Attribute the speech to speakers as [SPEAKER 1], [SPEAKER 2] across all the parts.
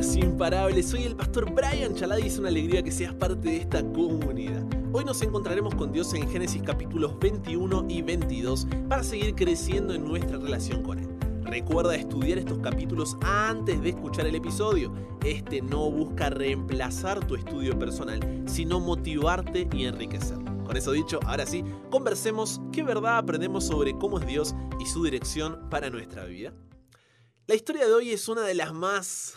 [SPEAKER 1] Palabras imparables, soy el pastor Brian Chaladi y es una alegría que seas parte de esta comunidad. Hoy nos encontraremos con Dios en Génesis capítulos 21 y 22 para seguir creciendo en nuestra relación con Él. Recuerda estudiar estos capítulos antes de escuchar el episodio. Este no busca reemplazar tu estudio personal, sino motivarte y enriquecerlo. Con eso dicho, ahora sí, conversemos qué verdad aprendemos sobre cómo es Dios y su dirección para nuestra vida. La historia de hoy es una de las más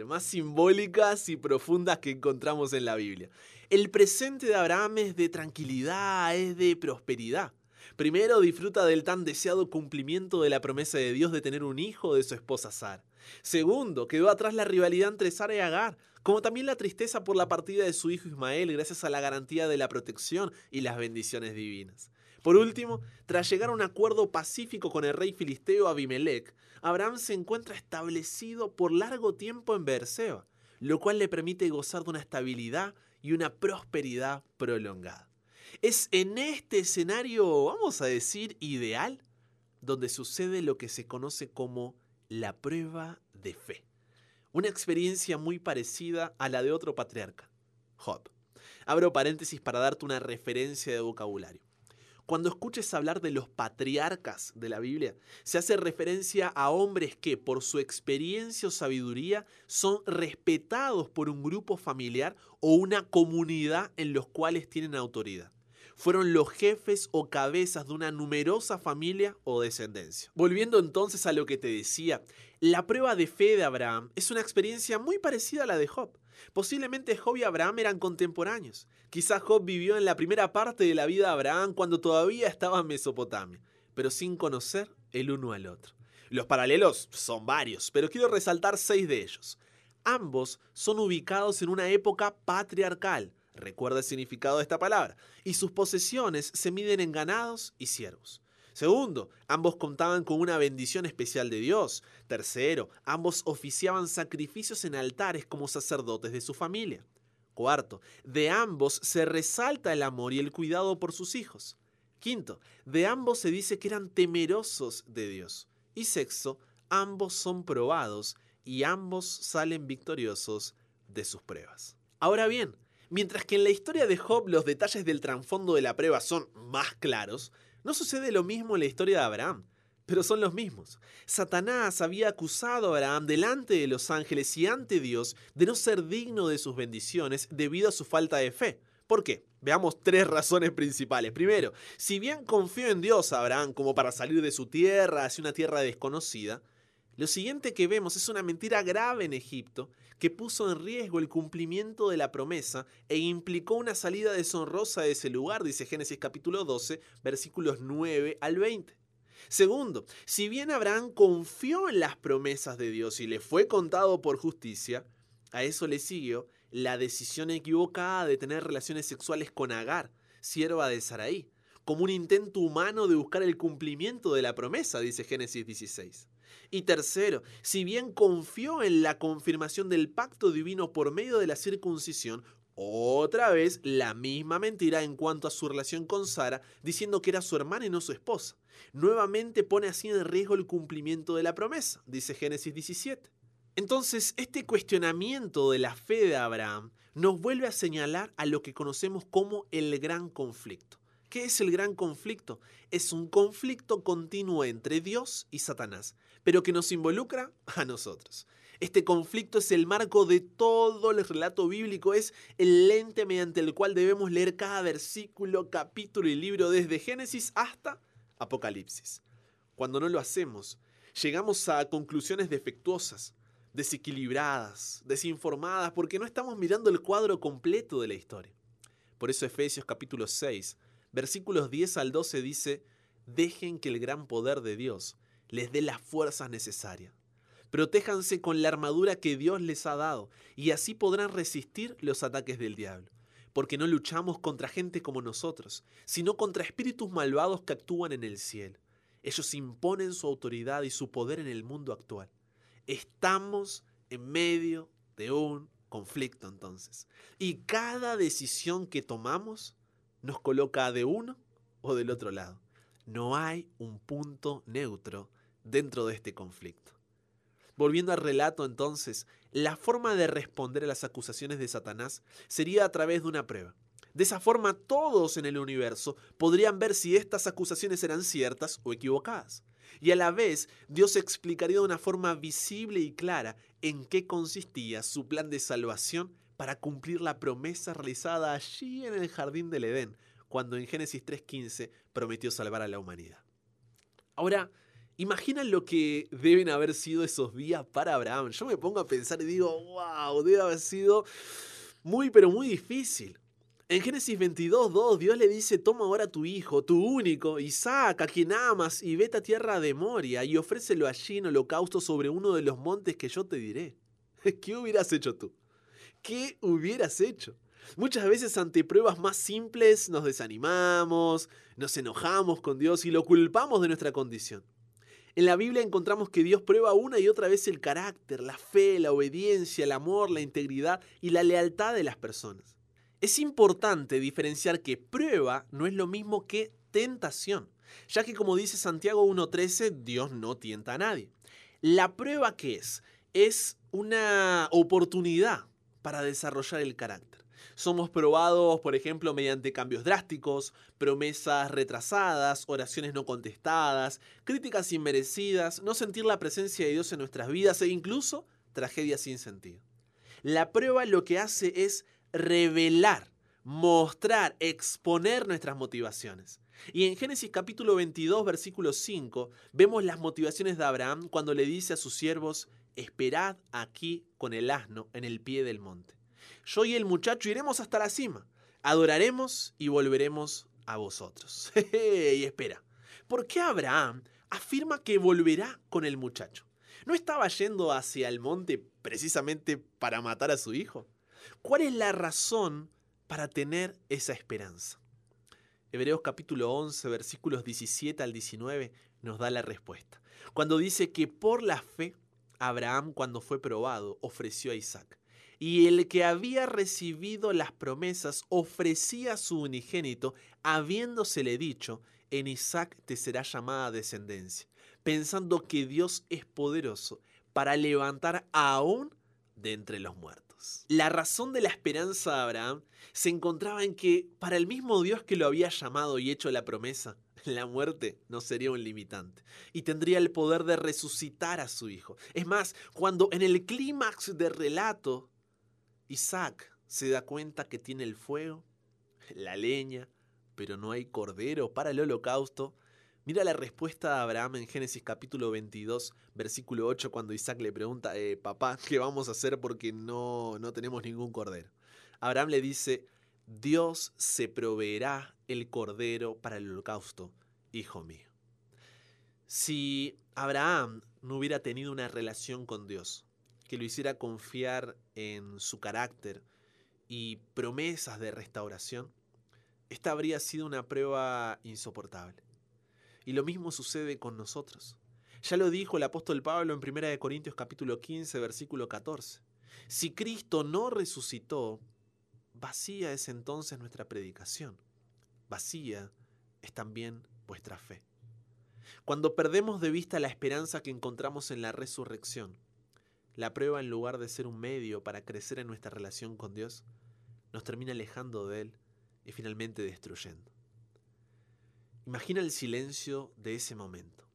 [SPEAKER 1] simbólicas y profundas que encontramos en la Biblia. El presente de Abraham es de tranquilidad, es de prosperidad. Primero, disfruta del tan deseado cumplimiento de la promesa de Dios de tener un hijo de su esposa Sara. Segundo, quedó atrás la rivalidad entre Sara y Agar, como también la tristeza por la partida de su hijo Ismael gracias a la garantía de la protección y las bendiciones divinas. Por último, tras llegar a un acuerdo pacífico con el rey filisteo Abimelec, Abraham se encuentra establecido por largo tiempo en Beerseba, lo cual le permite gozar de una estabilidad y una prosperidad prolongada. Es en este escenario, vamos a decir, ideal, donde sucede lo que se conoce como la prueba de fe. Una experiencia muy parecida a la de otro patriarca, Job. Abro paréntesis para darte una referencia de vocabulario. Cuando escuches hablar de los patriarcas de la Biblia, se hace referencia a hombres que, por su experiencia o sabiduría, son respetados por un grupo familiar o una comunidad en los cuales tienen autoridad. Fueron los jefes o cabezas de una numerosa familia o descendencia. Volviendo entonces a lo que te decía, la prueba de fe de Abraham es una experiencia muy parecida a la de Job. Posiblemente Job y Abraham eran contemporáneos. Quizás Job vivió en la primera parte de la vida de Abraham cuando todavía estaba en Mesopotamia, pero sin conocer el uno al otro. Los paralelos son varios, pero quiero resaltar 6 de ellos. Ambos son ubicados en una época patriarcal. Recuerda el significado de esta palabra. Y sus posesiones se miden en ganados y siervos. Segundo, ambos contaban con una bendición especial de Dios. Tercero, ambos oficiaban sacrificios en altares como sacerdotes de su familia. Cuarto, de ambos se resalta el amor y el cuidado por sus hijos. Quinto, de ambos se dice que eran temerosos de Dios. Y sexto, ambos son probados y ambos salen victoriosos de sus pruebas. Ahora bien, mientras que en la historia de Job los detalles del trasfondo de la prueba son más claros, no sucede lo mismo en la historia de Abraham, pero son los mismos. Satanás había acusado a Abraham delante de los ángeles y ante Dios de no ser digno de sus bendiciones debido a su falta de fe. ¿Por qué? Veamos 3 razones principales. Primero, si bien confió en Dios Abraham como para salir de su tierra hacia una tierra desconocida, lo siguiente que vemos es una mentira grave en Egipto que puso en riesgo el cumplimiento de la promesa e implicó una salida deshonrosa de ese lugar, dice Génesis capítulo 12, versículos 9 al 20. Segundo, si bien Abraham confió en las promesas de Dios y le fue contado por justicia, a eso le siguió la decisión equivocada de tener relaciones sexuales con Agar, sierva de Sarai, como un intento humano de buscar el cumplimiento de la promesa, dice Génesis 16. Y tercero, si bien confió en la confirmación del pacto divino por medio de la circuncisión, otra vez la misma mentira en cuanto a su relación con Sara, diciendo que era su hermana y no su esposa. Nuevamente pone así en riesgo el cumplimiento de la promesa, dice Génesis 17. Entonces, este cuestionamiento de la fe de Abraham nos vuelve a señalar a lo que conocemos como el gran conflicto. ¿Qué es el gran conflicto? Es un conflicto continuo entre Dios y Satanás, pero que nos involucra a nosotros. Este conflicto es el marco de todo el relato bíblico, es el lente mediante el cual debemos leer cada versículo, capítulo y libro desde Génesis hasta Apocalipsis. Cuando no lo hacemos, llegamos a conclusiones defectuosas, desequilibradas, desinformadas, porque no estamos mirando el cuadro completo de la historia. Por eso Efesios capítulo 6, versículos 10 al 12 dice: dejen que el gran poder de Dios les dé las fuerzas necesarias. Protéjanse con la armadura que Dios les ha dado y así podrán resistir los ataques del diablo. Porque no luchamos contra gente como nosotros, sino contra espíritus malvados que actúan en el cielo. Ellos imponen su autoridad y su poder en el mundo actual. Estamos en medio de un conflicto entonces. Y cada decisión que tomamos nos coloca de uno o del otro lado. No hay un punto neutro dentro de este conflicto. Volviendo al relato entonces, la forma de responder a las acusaciones de Satanás sería a través de una prueba. De esa forma todos en el universo podrían ver si estas acusaciones eran ciertas o equivocadas. Y a la vez Dios explicaría de una forma visible y clara en qué consistía su plan de salvación para cumplir la promesa realizada allí en el jardín del Edén, cuando en Génesis 3:15 prometió salvar a la humanidad. Ahora, imagina lo que deben haber sido esos días para Abraham. Yo me pongo a pensar y digo, wow, debe haber sido muy pero muy difícil. En Génesis 22:2 Dios le dice, toma ahora a tu hijo, tu único, Isaac, a quien amas, y vete a tierra de Moria y ofrécelo allí en holocausto sobre uno de los montes que yo te diré. ¿Qué hubieras hecho tú? ¿Qué hubieras hecho? Muchas veces ante pruebas más simples nos desanimamos, nos enojamos con Dios y lo culpamos de nuestra condición. En la Biblia encontramos que Dios prueba una y otra vez el carácter, la fe, la obediencia, el amor, la integridad y la lealtad de las personas. Es importante diferenciar que prueba no es lo mismo que tentación, ya que como dice Santiago 1:13, Dios no tienta a nadie. ¿La prueba qué es? Es una oportunidad para desarrollar el carácter. Somos probados, por ejemplo, mediante cambios drásticos, promesas retrasadas, oraciones no contestadas, críticas inmerecidas, no sentir la presencia de Dios en nuestras vidas e incluso tragedias sin sentido. La prueba lo que hace es revelar, mostrar, exponer nuestras motivaciones. Y en Génesis capítulo 22, versículo 5, vemos las motivaciones de Abraham cuando le dice a sus siervos, esperad aquí con el asno en el pie del monte. Yo y el muchacho iremos hasta la cima, adoraremos y volveremos a vosotros. Y espera, ¿por qué Abraham afirma que volverá con el muchacho? ¿No estaba yendo hacia el monte precisamente para matar a su hijo? ¿Cuál es la razón para tener esa esperanza? Hebreos capítulo 11, versículos 17 al 19 nos da la respuesta. Cuando dice que por la fe, Abraham cuando fue probado ofreció a Isaac. Y el que había recibido las promesas ofrecía a su unigénito, habiéndosele dicho, en Isaac te será llamada descendencia, pensando que Dios es poderoso para levantar aún de entre los muertos. La razón de la esperanza de Abraham se encontraba en que para el mismo Dios que lo había llamado y hecho la promesa, la muerte no sería un limitante y tendría el poder de resucitar a su hijo. Es más, cuando en el clímax del relato Isaac se da cuenta que tiene el fuego, la leña, pero no hay cordero para el holocausto, mira la respuesta de Abraham en Génesis capítulo 22, versículo 8, cuando Isaac le pregunta, papá, ¿qué vamos a hacer porque no tenemos ningún cordero? Abraham le dice, Dios se proveerá el cordero para el holocausto, hijo mío. Si Abraham no hubiera tenido una relación con Dios, que lo hiciera confiar en su carácter y promesas de restauración, esta habría sido una prueba insoportable. Y lo mismo sucede con nosotros. Ya lo dijo el apóstol Pablo en 1 Corintios capítulo 15, versículo 14. Si Cristo no resucitó, vacía es entonces nuestra predicación. Vacía es también vuestra fe. Cuando perdemos de vista la esperanza que encontramos en la resurrección, la prueba, en lugar de ser un medio para crecer en nuestra relación con Dios, nos termina alejando de Él y finalmente destruyendo. Imagina el silencio de ese momento.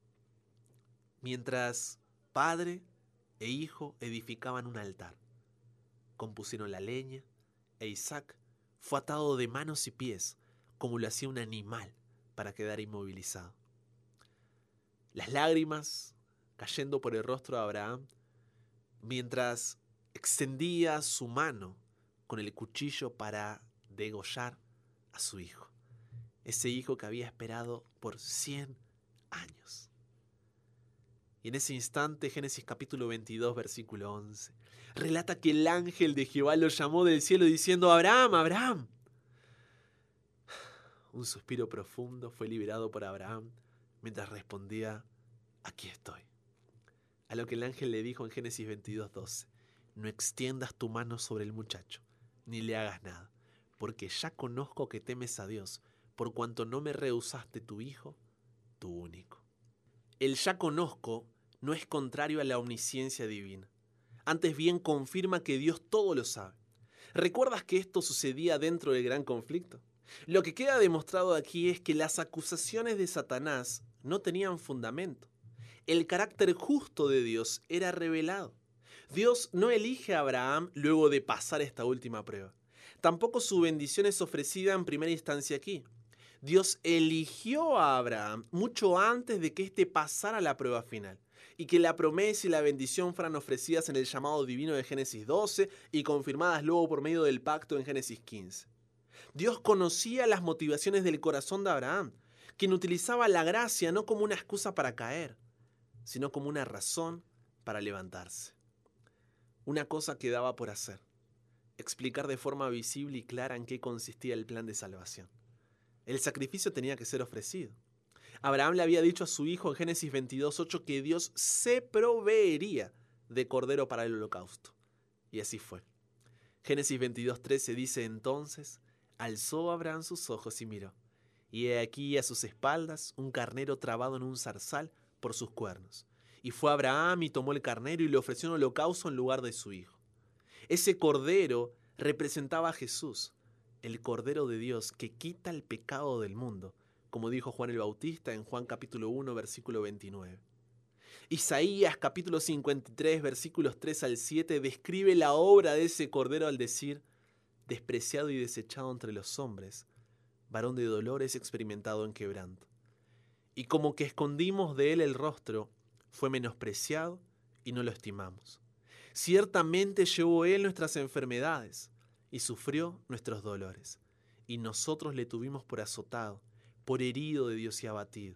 [SPEAKER 1] Mientras padre e hijo edificaban un altar, compusieron la leña e Isaac fue atado de manos y pies como lo hacía un animal para quedar inmovilizado. Las lágrimas cayendo por el rostro de Abraham mientras extendía su mano con el cuchillo para degollar a su hijo. Ese hijo que había esperado por 100 años. Y en ese instante, Génesis capítulo 22, versículo 11, relata que el ángel de Jehová lo llamó del cielo diciendo, Abraham, Abraham. Un suspiro profundo fue liberado por Abraham mientras respondía, aquí estoy. A lo que el ángel le dijo en Génesis 22, 12, no extiendas tu mano sobre el muchacho, ni le hagas nada, porque ya conozco que temes a Dios, por cuanto no me rehusaste tu hijo, tu único. El ya conozco no es contrario a la omnisciencia divina. Antes bien confirma que Dios todo lo sabe. ¿Recuerdas que esto sucedía dentro del gran conflicto? Lo que queda demostrado aquí es que las acusaciones de Satanás no tenían fundamento. El carácter justo de Dios era revelado. Dios no elige a Abraham luego de pasar esta última prueba. Tampoco su bendición es ofrecida en primera instancia aquí. Dios eligió a Abraham mucho antes de que éste pasara la prueba final, y que la promesa y la bendición fueran ofrecidas en el llamado divino de Génesis 12 y confirmadas luego por medio del pacto en Génesis 15. Dios conocía las motivaciones del corazón de Abraham, quien utilizaba la gracia no como una excusa para caer, sino como una razón para levantarse. Una cosa quedaba por hacer: explicar de forma visible y clara en qué consistía el plan de salvación. El sacrificio tenía que ser ofrecido. Abraham le había dicho a su hijo en Génesis 22:8 que Dios se proveería de cordero para el holocausto. Y así fue. Génesis 22:13 dice: entonces alzó Abraham sus ojos y miró, y he aquí a sus espaldas un carnero trabado en un zarzal por sus cuernos. Y fue Abraham y tomó el carnero y le ofreció un holocausto en lugar de su hijo. Ese cordero representaba a Jesús, el Cordero de Dios que quita el pecado del mundo, como dijo Juan el Bautista en Juan capítulo 1, versículo 29. Isaías capítulo 53, versículos 3 al 7 describe la obra de ese Cordero al decir: despreciado y desechado entre los hombres, varón de dolores, experimentado en quebranto. Y como que escondimos de él el rostro, fue menospreciado y no lo estimamos. Ciertamente llevó él nuestras enfermedades y sufrió nuestros dolores. Y nosotros le tuvimos por azotado, por herido de Dios y abatido.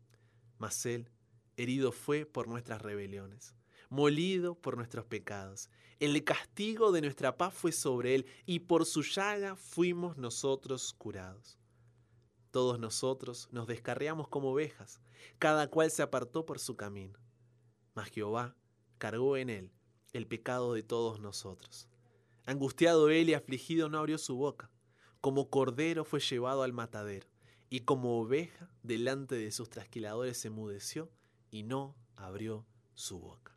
[SPEAKER 1] Mas él herido fue por nuestras rebeliones, molido por nuestros pecados. El castigo de nuestra paz fue sobre él, y por su llaga fuimos nosotros curados. Todos nosotros nos descarriamos como ovejas, cada cual se apartó por su camino. Mas Jehová cargó en él el pecado de todos nosotros. Angustiado él y afligido no abrió su boca. Como cordero fue llevado al matadero, y como oveja delante de sus trasquiladores se enmudeció y no abrió su boca.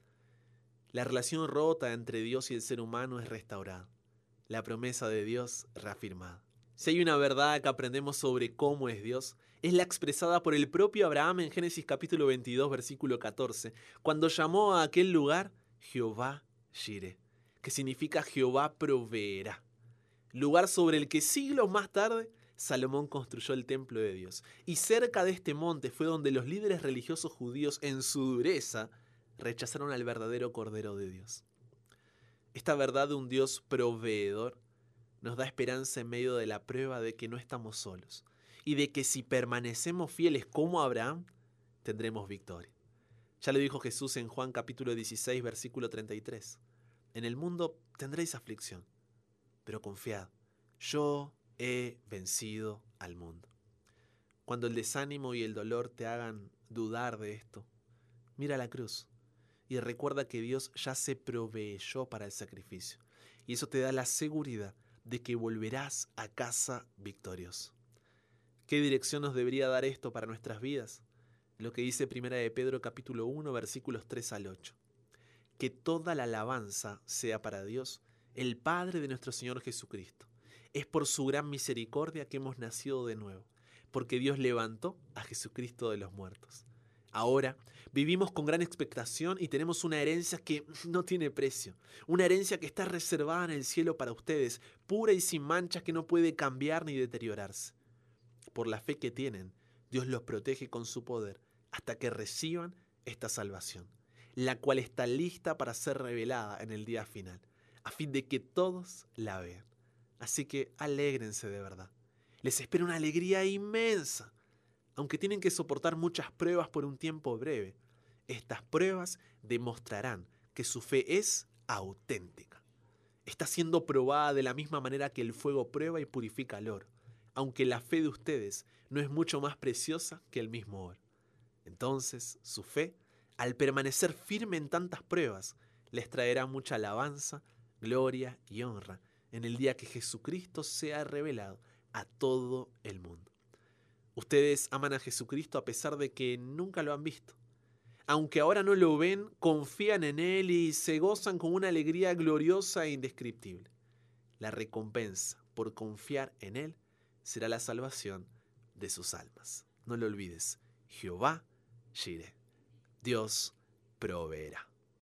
[SPEAKER 1] La relación rota entre Dios y el ser humano es restaurada. La promesa de Dios reafirmada. Si hay una verdad que aprendemos sobre cómo es Dios, es la expresada por el propio Abraham en Génesis capítulo 22, versículo 14, cuando llamó a aquel lugar Jehová Jireh, que significa Jehová proveerá. Lugar sobre el que siglos más tarde Salomón construyó el templo de Dios. Y cerca de este monte fue donde los líderes religiosos judíos, en su dureza, rechazaron al verdadero Cordero de Dios. Esta verdad de un Dios proveedor nos da esperanza en medio de la prueba de que no estamos solos y de que si permanecemos fieles como Abraham, tendremos victoria. Ya lo dijo Jesús en Juan capítulo 16, versículo 33. En el mundo tendréis aflicción, pero confiad, yo he vencido al mundo. Cuando el desánimo y el dolor te hagan dudar de esto, mira la cruz y recuerda que Dios ya se proveyó para el sacrificio. Y eso te da la seguridad de que volverás a casa victorioso. ¿Qué dirección nos debería dar esto para nuestras vidas? Lo que dice 1 de Pedro capítulo 1, versículos 3 al 8. Que toda la alabanza sea para Dios, el Padre de nuestro Señor Jesucristo. Es por su gran misericordia que hemos nacido de nuevo, porque Dios levantó a Jesucristo de los muertos. Ahora vivimos con gran expectación y tenemos una herencia que no tiene precio, una herencia que está reservada en el cielo para ustedes, pura y sin manchas, que no puede cambiar ni deteriorarse. Por la fe que tienen, Dios los protege con su poder hasta que reciban esta salvación, la cual está lista para ser revelada en el día final, a fin de que todos la vean. Así que alégrense de verdad. Les espera una alegría inmensa. Aunque tienen que soportar muchas pruebas por un tiempo breve, estas pruebas demostrarán que su fe es auténtica. Está siendo probada de la misma manera que el fuego prueba y purifica el oro, aunque la fe de ustedes no es mucho más preciosa que el mismo oro. Entonces, su fe, al permanecer firme en tantas pruebas, les traerá mucha alabanza, gloria y honra en el día que Jesucristo sea revelado a todo el mundo. Ustedes aman a Jesucristo a pesar de que nunca lo han visto. Aunque ahora no lo ven, confían en Él y se gozan con una alegría gloriosa e indescriptible. La recompensa por confiar en Él será la salvación de sus almas. No lo olvides, Jehová Jireh, Dios proveerá.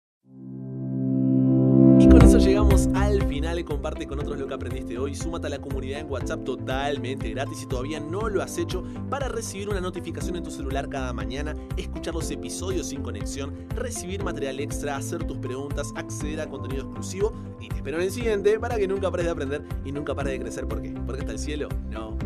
[SPEAKER 1] Y con eso llegamos al final. Comparte con otros lo que aprendiste hoy. Súmate a la comunidad en WhatsApp totalmente gratis si todavía no lo has hecho, para recibir una notificación en tu celular cada mañana, escuchar los episodios sin conexión, recibir material extra, hacer tus preguntas, acceder a contenido exclusivo. Y te espero en el siguiente para que nunca pares de aprender y nunca pares de crecer. ¿Por qué? Porque hasta el cielo no